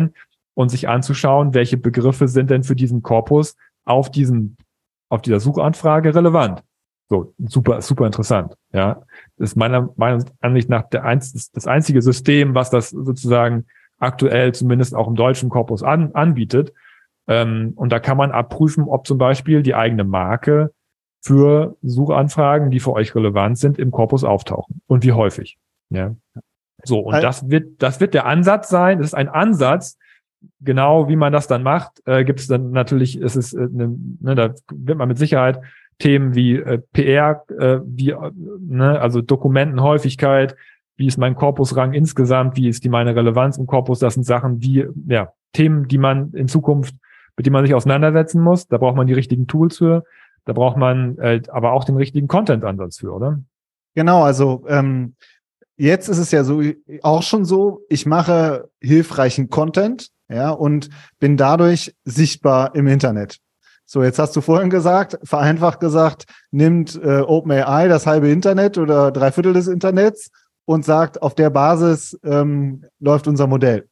und sich anzuschauen, welche Begriffe sind denn für diesen Korpus auf diesem, auf dieser Suchanfrage relevant. So, super, super interessant, ja. Das ist meiner meiner Ansicht nach der einz, das einzige System, was das sozusagen aktuell zumindest auch im deutschen Korpus an, anbietet. Ähm, und da kann man abprüfen, ob zum Beispiel die eigene Marke für Suchanfragen, die für euch relevant sind, im Korpus auftauchen und wie häufig. Ja. So, und Also, das wird, das wird der Ansatz sein. Das ist ein Ansatz. Genau wie man das dann macht, äh, gibt es dann natürlich, ist es, äh, ne, ne, da wird man mit Sicherheit Themen wie äh, P R, äh, wie, äh, ne, also Dokumentenhäufigkeit, wie ist mein Korpusrang insgesamt, wie ist die meine Relevanz im Korpus, das sind Sachen, die, ja, Themen, die man in Zukunft, mit denen man sich auseinandersetzen muss. Da braucht man die richtigen Tools für, da braucht man äh, aber auch den richtigen Content-Ansatz für, oder? genau, also ähm, jetzt ist es ja so auch schon so, ich mache hilfreichen Content, ja, und bin dadurch sichtbar im Internet. So, jetzt hast du vorhin gesagt, vereinfacht gesagt, nimmt äh, OpenAI das halbe Internet oder drei Viertel des Internets und sagt, auf der Basis ähm, läuft unser Modell.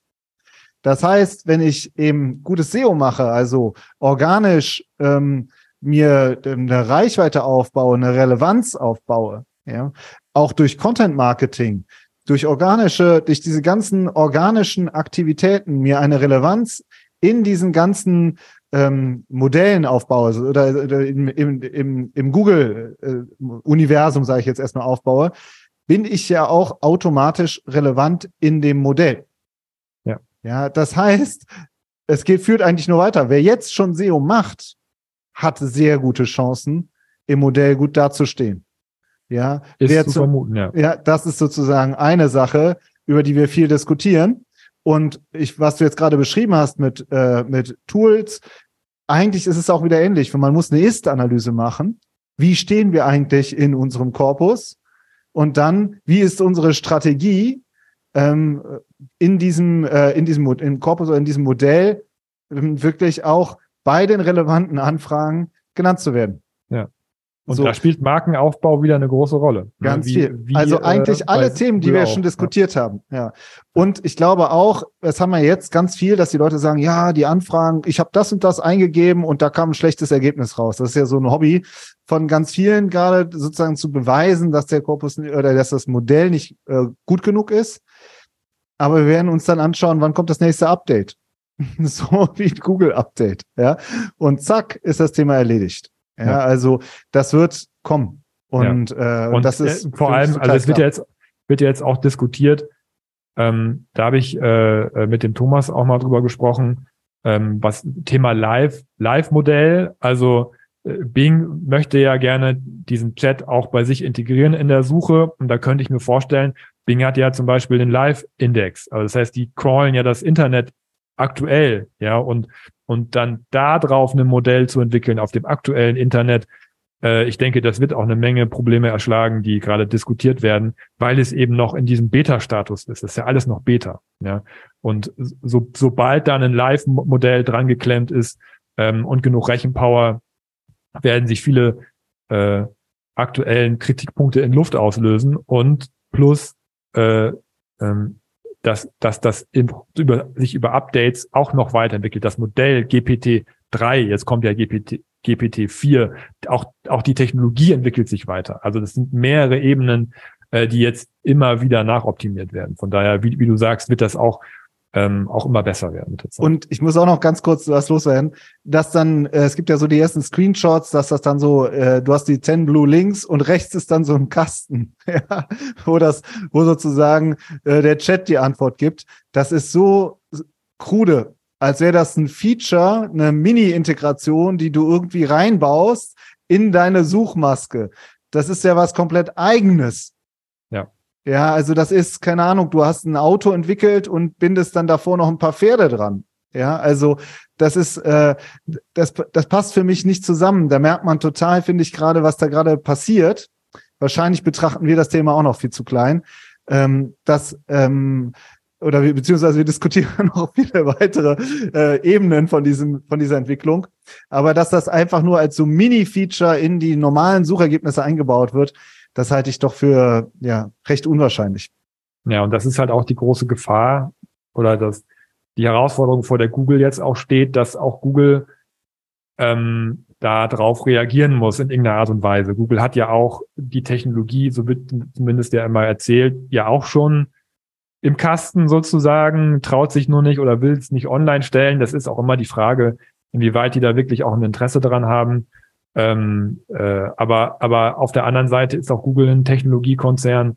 Das heißt, wenn ich eben gutes S E O mache, also organisch ähm, mir eine Reichweite aufbaue, eine Relevanz aufbaue, ja, auch durch Content Marketing, durch organische, durch diese ganzen organischen Aktivitäten mir eine Relevanz in diesen ganzen ähm, Modellen aufbaue oder, oder im, im, im, im Google-Universum, äh, sage ich jetzt erstmal, aufbaue, bin ich ja auch automatisch relevant in dem Modell. Ja. Ja, das heißt, es geht, führt eigentlich nur weiter. Wer jetzt schon S E O macht, hat sehr gute Chancen, im Modell gut dazustehen. Ja, ist wer zu zu, vermuten, ja. Ja, das ist sozusagen eine Sache, über die wir viel diskutieren. Und ich, was du jetzt gerade beschrieben hast mit, äh, mit Tools, eigentlich ist es auch wieder ähnlich, weil man muss eine Ist-Analyse machen. Wie stehen wir eigentlich in unserem Korpus? Und dann, wie ist unsere Strategie, ähm, in diesem, äh, in diesem im Korpus oder in diesem Modell ähm, wirklich auch bei den relevanten Anfragen genannt zu werden. Ja. Und so. Da spielt Markenaufbau wieder eine große Rolle. Ganz wie, viel. Wie, also eigentlich äh, alle Themen, die wir schon diskutiert ja. haben. Ja. Und ich glaube auch, das haben wir jetzt ganz viel, dass die Leute sagen, ja, die Anfragen, ich habe das und das eingegeben und da kam ein schlechtes Ergebnis raus. Das ist ja so ein Hobby von ganz vielen, gerade sozusagen zu beweisen, dass der Korpus oder dass das Modell nicht äh, gut genug ist. Aber wir werden uns dann anschauen, wann kommt das nächste Update. So wie ein Google-Update. Ja. Und zack, ist das Thema erledigt. Ja, ja. Also das wird kommen. Und, ja. äh, und das ist äh, vor allem, also es wird ja jetzt, wird ja jetzt auch diskutiert, ähm, da habe ich äh, mit dem Thomas auch mal drüber gesprochen, ähm, was Thema Live, Live-Modell, also äh, Bing möchte ja gerne diesen Chat auch bei sich integrieren in der Suche und da könnte ich mir vorstellen, Bing hat ja zum Beispiel den Live-Index, also das heißt, die crawlen ja das Internet aktuell, ja, und und dann da drauf ein Modell zu entwickeln auf dem aktuellen Internet, äh, ich denke, das wird auch eine Menge Probleme erschlagen, die gerade diskutiert werden, weil es eben noch in diesem Beta-Status ist. Das ist ja alles noch Beta, ja. Und so, sobald da ein Live-Modell dran geklemmt ist ähm, und genug Rechenpower, werden sich viele äh, aktuellen Kritikpunkte in Luft auslösen und plus äh, ähm, dass, dass das in, über, sich über Updates auch noch weiterentwickelt. Das Modell G P T drei, jetzt kommt ja G P T, G P T vier, auch, auch die Technologie entwickelt sich weiter. Also das sind mehrere Ebenen, äh, die jetzt immer wieder nachoptimiert werden. Von daher, wie, wie du sagst, wird das auch ähm, auch immer besser werden mit der Zeit. Und ich muss auch noch ganz kurz was loswerden, dass dann, äh, es gibt ja so die ersten Screenshots, dass das dann so, äh, du hast die zehn Blue links und rechts ist dann so ein Kasten, ja, wo das, wo sozusagen äh, der Chat die Antwort gibt. Das ist so krude, als wäre das ein Feature, eine Mini-Integration, die du irgendwie reinbaust in deine Suchmaske. Das ist ja was komplett Eigenes. Ja. Ja, also das ist, keine Ahnung, du hast ein Auto entwickelt und bindest dann davor noch ein paar Pferde dran. Ja, also das ist, äh, das, das passt für mich nicht zusammen. Da merkt man total, finde ich, gerade, was da gerade passiert. Wahrscheinlich betrachten wir das Thema auch noch viel zu klein. Ähm, dass, ähm, oder wir, beziehungsweise wir diskutieren noch viele weitere äh, Ebenen von diesem, von dieser Entwicklung. Aber dass das einfach nur als so Mini-Feature in die normalen Suchergebnisse eingebaut wird, das halte ich doch für ja recht unwahrscheinlich. Ja, und das ist halt auch die große Gefahr oder das die Herausforderung, vor der Google jetzt auch steht, dass auch Google ähm, da drauf reagieren muss in irgendeiner Art und Weise. Google hat ja auch die Technologie, so wird zumindest ja immer erzählt, ja auch schon im Kasten sozusagen, traut sich nur nicht oder will es nicht online stellen. Das ist auch immer die Frage, inwieweit die da wirklich auch ein Interesse daran haben. Ähm, äh, aber, aber auf der anderen Seite ist auch Google ein Technologiekonzern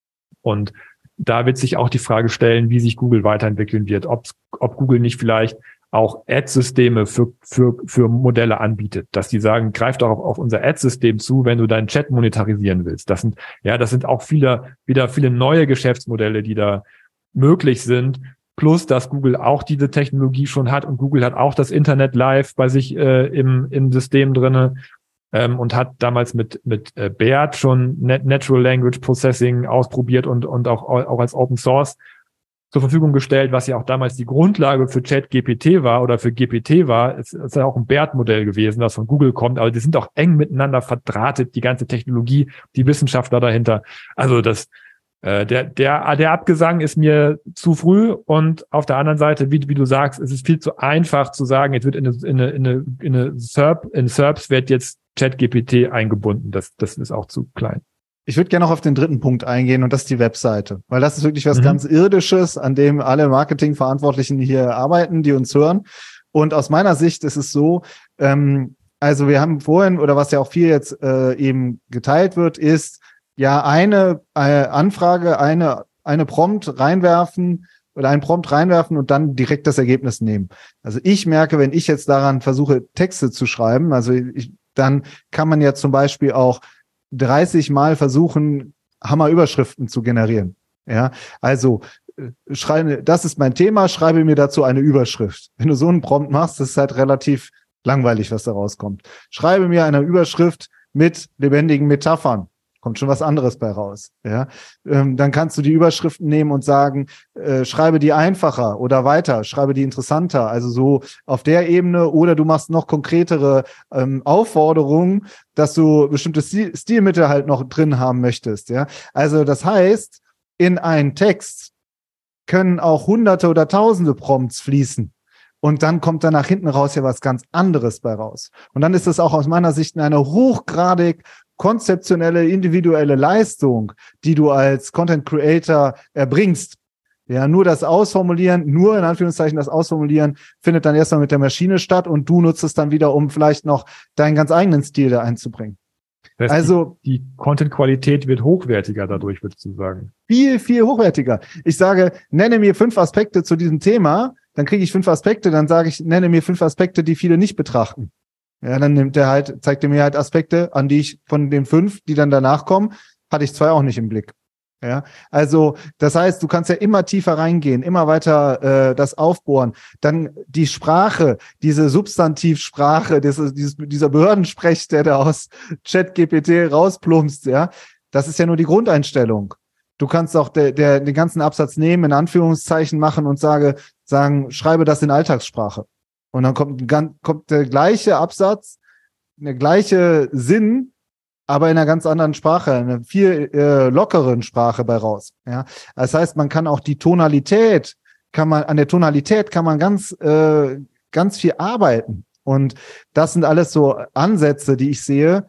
und da wird sich auch die Frage stellen, wie sich Google weiterentwickeln wird, ob, ob Google nicht vielleicht auch Ad-Systeme für, für, für Modelle anbietet, dass die sagen, greif doch auf, auf unser Ad-System zu, wenn du deinen Chat monetarisieren willst. Das sind, ja, das sind auch viele, wieder viele neue Geschäftsmodelle, die da möglich sind. Plus, dass Google auch diese Technologie schon hat und Google hat auch das Internet Live bei sich äh, im, im System drinne ähm, und hat damals mit, mit äh, BERT schon Net Natural Language Processing ausprobiert und, und auch, auch als Open Source zur Verfügung gestellt, was ja auch damals die Grundlage für ChatGPT war oder für G P T war. Es ist ja auch ein BERT-Modell gewesen, das von Google kommt, aber die sind auch eng miteinander verdrahtet, die ganze Technologie, die Wissenschaftler dahinter. Also das, äh, der, der, der Abgesang ist mir zu früh und auf der anderen Seite, wie, wie du sagst, es ist viel zu einfach zu sagen, jetzt wird in eine, in eine, in eine, in eine S E R P, in S E R Ps wird jetzt ChatGPT eingebunden. Das, das ist auch zu klein. Ich würde gerne noch auf den dritten Punkt eingehen und das ist die Webseite, weil das ist wirklich was Mhm. ganz Irdisches, an dem alle Marketingverantwortlichen hier arbeiten, die uns hören. Und aus meiner Sicht ist es so, ähm, also wir haben vorhin, oder was ja auch viel jetzt äh, eben geteilt wird, ist ja eine äh, Anfrage, eine eine Prompt reinwerfen oder einen Prompt reinwerfen und dann direkt das Ergebnis nehmen. Also ich merke, wenn ich jetzt daran versuche, Texte zu schreiben, also ich, dann kann man ja zum Beispiel auch dreißig Mal versuchen, Hammerüberschriften zu generieren. Ja, also schreibe, das ist mein Thema, schreibe mir dazu eine Überschrift. Wenn du so einen Prompt machst, das ist halt relativ langweilig, was da rauskommt. Schreibe mir eine Überschrift mit lebendigen Metaphern. Kommt schon was anderes bei raus. Ja, ähm, dann kannst du die Überschriften nehmen und sagen, äh, schreibe die einfacher oder weiter, schreibe die interessanter. Also so auf der Ebene, oder du machst noch konkretere ähm, Aufforderungen, dass du bestimmte Stil Stilmittel halt noch drin haben möchtest. Ja, also das heißt, in einen Text können auch Hunderte oder Tausende Prompts fließen. Und dann kommt da nach hinten raus ja was ganz anderes bei raus. Und dann ist das auch aus meiner Sicht eine hochgradig konzeptionelle, individuelle Leistung, die du als Content Creator erbringst. Ja, nur das Ausformulieren, nur in Anführungszeichen das Ausformulieren findet dann erstmal mit der Maschine statt und du nutzt es dann wieder, um vielleicht noch deinen ganz eigenen Stil da einzubringen. Das heißt, also die, die Content-Qualität wird hochwertiger dadurch, würdest du sagen? Viel, viel hochwertiger. Ich sage, nenne mir fünf Aspekte zu diesem Thema, dann kriege ich fünf Aspekte, dann sage ich, nenne mir fünf Aspekte, die viele nicht betrachten. Ja, dann nimmt er halt, zeigt er mir halt Aspekte, an die ich von den fünf, die dann danach kommen, hatte ich zwei auch nicht im Blick. Ja, also das heißt, du kannst ja immer tiefer reingehen, immer weiter äh, das aufbohren. Dann die Sprache, diese Substantivsprache, dieses, dieses, dieser Behördensprech, der da aus ChatGPT rausplumpst, ja, das ist ja nur die Grundeinstellung. Du kannst auch der, der, den ganzen Absatz nehmen, in Anführungszeichen machen und sage, sagen, schreibe das in Alltagssprache. Und dann kommt, kommt der gleiche Absatz, der gleiche Sinn, aber in einer ganz anderen Sprache, einer viel äh, lockeren Sprache bei raus. Ja, das heißt, man kann auch die Tonalität, kann man an der Tonalität kann man ganz äh, ganz viel arbeiten. Und das sind alles so Ansätze, die ich sehe.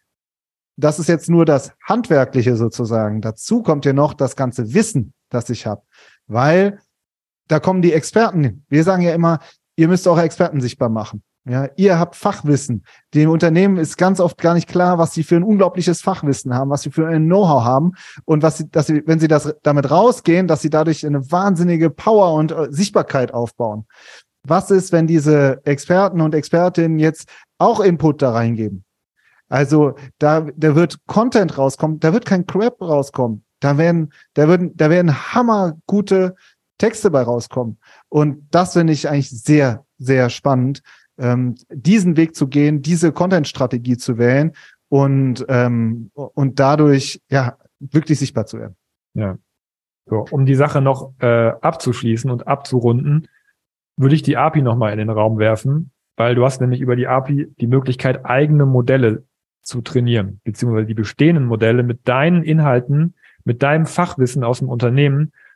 Das ist jetzt nur das Handwerkliche sozusagen. Dazu kommt ja noch das ganze Wissen, das ich habe, weil da kommen die Experten. Wir sagen ja immer, ihr müsst auch Experten sichtbar machen. Ja, ihr habt Fachwissen. Dem Unternehmen ist ganz oft gar nicht klar, was sie für ein unglaubliches Fachwissen haben, was sie für ein Know-how haben und was sie, dass sie, wenn sie das damit rausgehen, dass sie dadurch eine wahnsinnige Power und äh, Sichtbarkeit aufbauen. Was ist, wenn diese Experten und Expertinnen jetzt auch Input da reingeben? Also da, da wird Content rauskommen, da wird kein Crap rauskommen. Da werden, da würden, da werden hammergute Texte bei rauskommen. Und das finde ich eigentlich sehr, sehr spannend, ähm, diesen Weg zu gehen, diese Content-Strategie zu wählen und ähm, und dadurch ja wirklich sichtbar zu werden. Ja. So, um die Sache noch äh, abzuschließen und abzurunden, würde ich die A P I nochmal in den Raum werfen, weil du hast nämlich über die A P I die Möglichkeit, eigene Modelle zu trainieren, beziehungsweise die bestehenden Modelle mit deinen Inhalten, mit deinem Fachwissen aus dem Unternehmen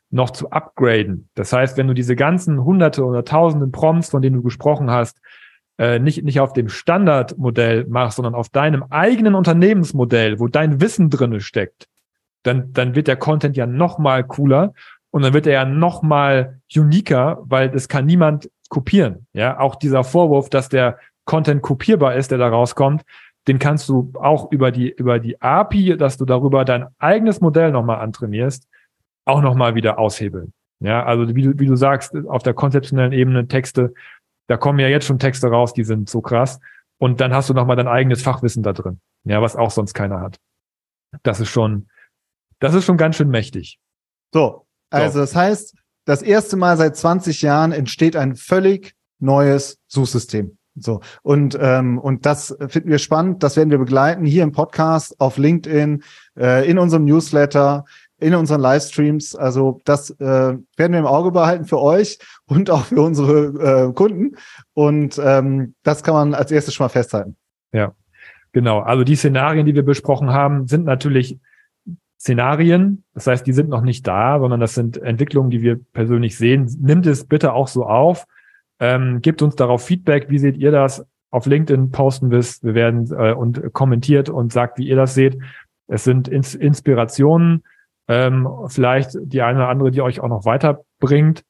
noch zu upgraden. Das heißt, wenn du diese ganzen hunderte oder tausenden Prompts, von denen du gesprochen hast, äh, nicht, nicht auf dem Standardmodell machst, sondern auf deinem eigenen Unternehmensmodell, wo dein Wissen drinne steckt, dann, dann wird der Content ja noch mal cooler und dann wird er ja noch mal uniker, weil das kann niemand kopieren. Ja, auch dieser Vorwurf, dass der Content kopierbar ist, der da rauskommt, den kannst du auch über die, über die A P I, dass du darüber dein eigenes Modell nochmal antrainierst, auch nochmal wieder aushebeln. Ja, also wie du, wie du sagst, auf der konzeptionellen Ebene Texte, da kommen ja jetzt schon Texte raus, die sind so krass. Und dann hast du nochmal dein eigenes Fachwissen da drin. Ja, was auch sonst keiner hat. Das ist schon, das ist schon ganz schön mächtig. So, also so. Das heißt, das erste Mal seit zwanzig Jahren entsteht ein völlig neues Suchsystem. So, und, ähm, und das finden wir spannend. Das werden wir begleiten hier im Podcast, auf LinkedIn, äh, in unserem Newsletter, in unseren Livestreams. Also das äh, werden wir im Auge behalten für euch und auch für unsere äh, Kunden. Und ähm, das kann man als erstes schon mal festhalten. Ja, genau. Also die Szenarien, die wir besprochen haben, sind natürlich Szenarien. Das heißt, die sind noch nicht da, sondern das sind Entwicklungen, die wir persönlich sehen. Nimmt es bitte auch so auf. Ähm, gebt uns darauf Feedback. Wie seht ihr das? Auf LinkedIn posten wir es. Wir werden äh, und kommentiert und sagt, wie ihr das seht. Es sind Ins- Inspirationen. Ähm, vielleicht die eine oder andere, die euch auch noch weiterbringt.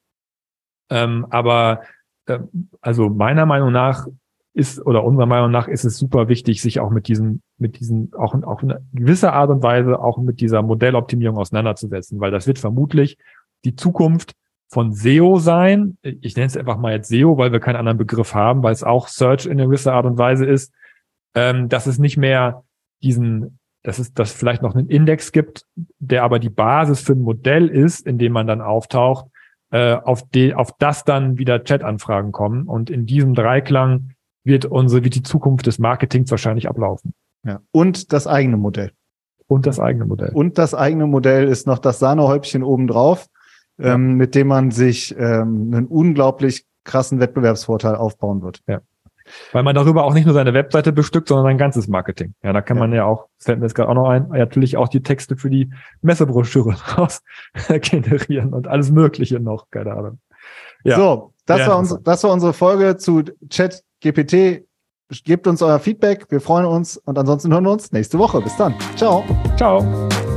Ähm, aber äh, also meiner Meinung nach ist, oder unserer Meinung nach ist es super wichtig, sich auch mit diesen, mit diesen, auch, auch in gewisser Art und Weise auch mit dieser Modelloptimierung auseinanderzusetzen, weil das wird vermutlich die Zukunft von S E O sein. Ich nenne es einfach mal jetzt S E O, weil wir keinen anderen Begriff haben, weil es auch Search in einer gewisser Art und Weise ist, ähm, dass es nicht mehr diesen, dass es, dass es vielleicht noch einen Index gibt, der aber die Basis für ein Modell ist, in dem man dann auftaucht, äh, auf die, auf das dann wieder Chat-Anfragen kommen. Und in diesem Dreiklang wird unsere, wird die Zukunft des Marketings wahrscheinlich ablaufen. Ja. Und das eigene Modell. Und das eigene Modell. Und das eigene Modell ist noch das Sahnehäubchen obendrauf, ja. ähm, mit dem man sich ähm, einen unglaublich krassen Wettbewerbsvorteil aufbauen wird. Ja. Weil man darüber auch nicht nur seine Webseite bestückt, sondern sein ganzes Marketing. Ja, da kann ja. man ja auch, das fällt mir jetzt gerade auch noch ein, natürlich auch die Texte für die Messebroschüre raus generieren und alles Mögliche noch, keine Ahnung. Ja. So, das war, uns, das war unsere Folge zu ChatGPT. Gebt uns euer Feedback, wir freuen uns und ansonsten hören wir uns nächste Woche. Bis dann. Ciao. Ciao.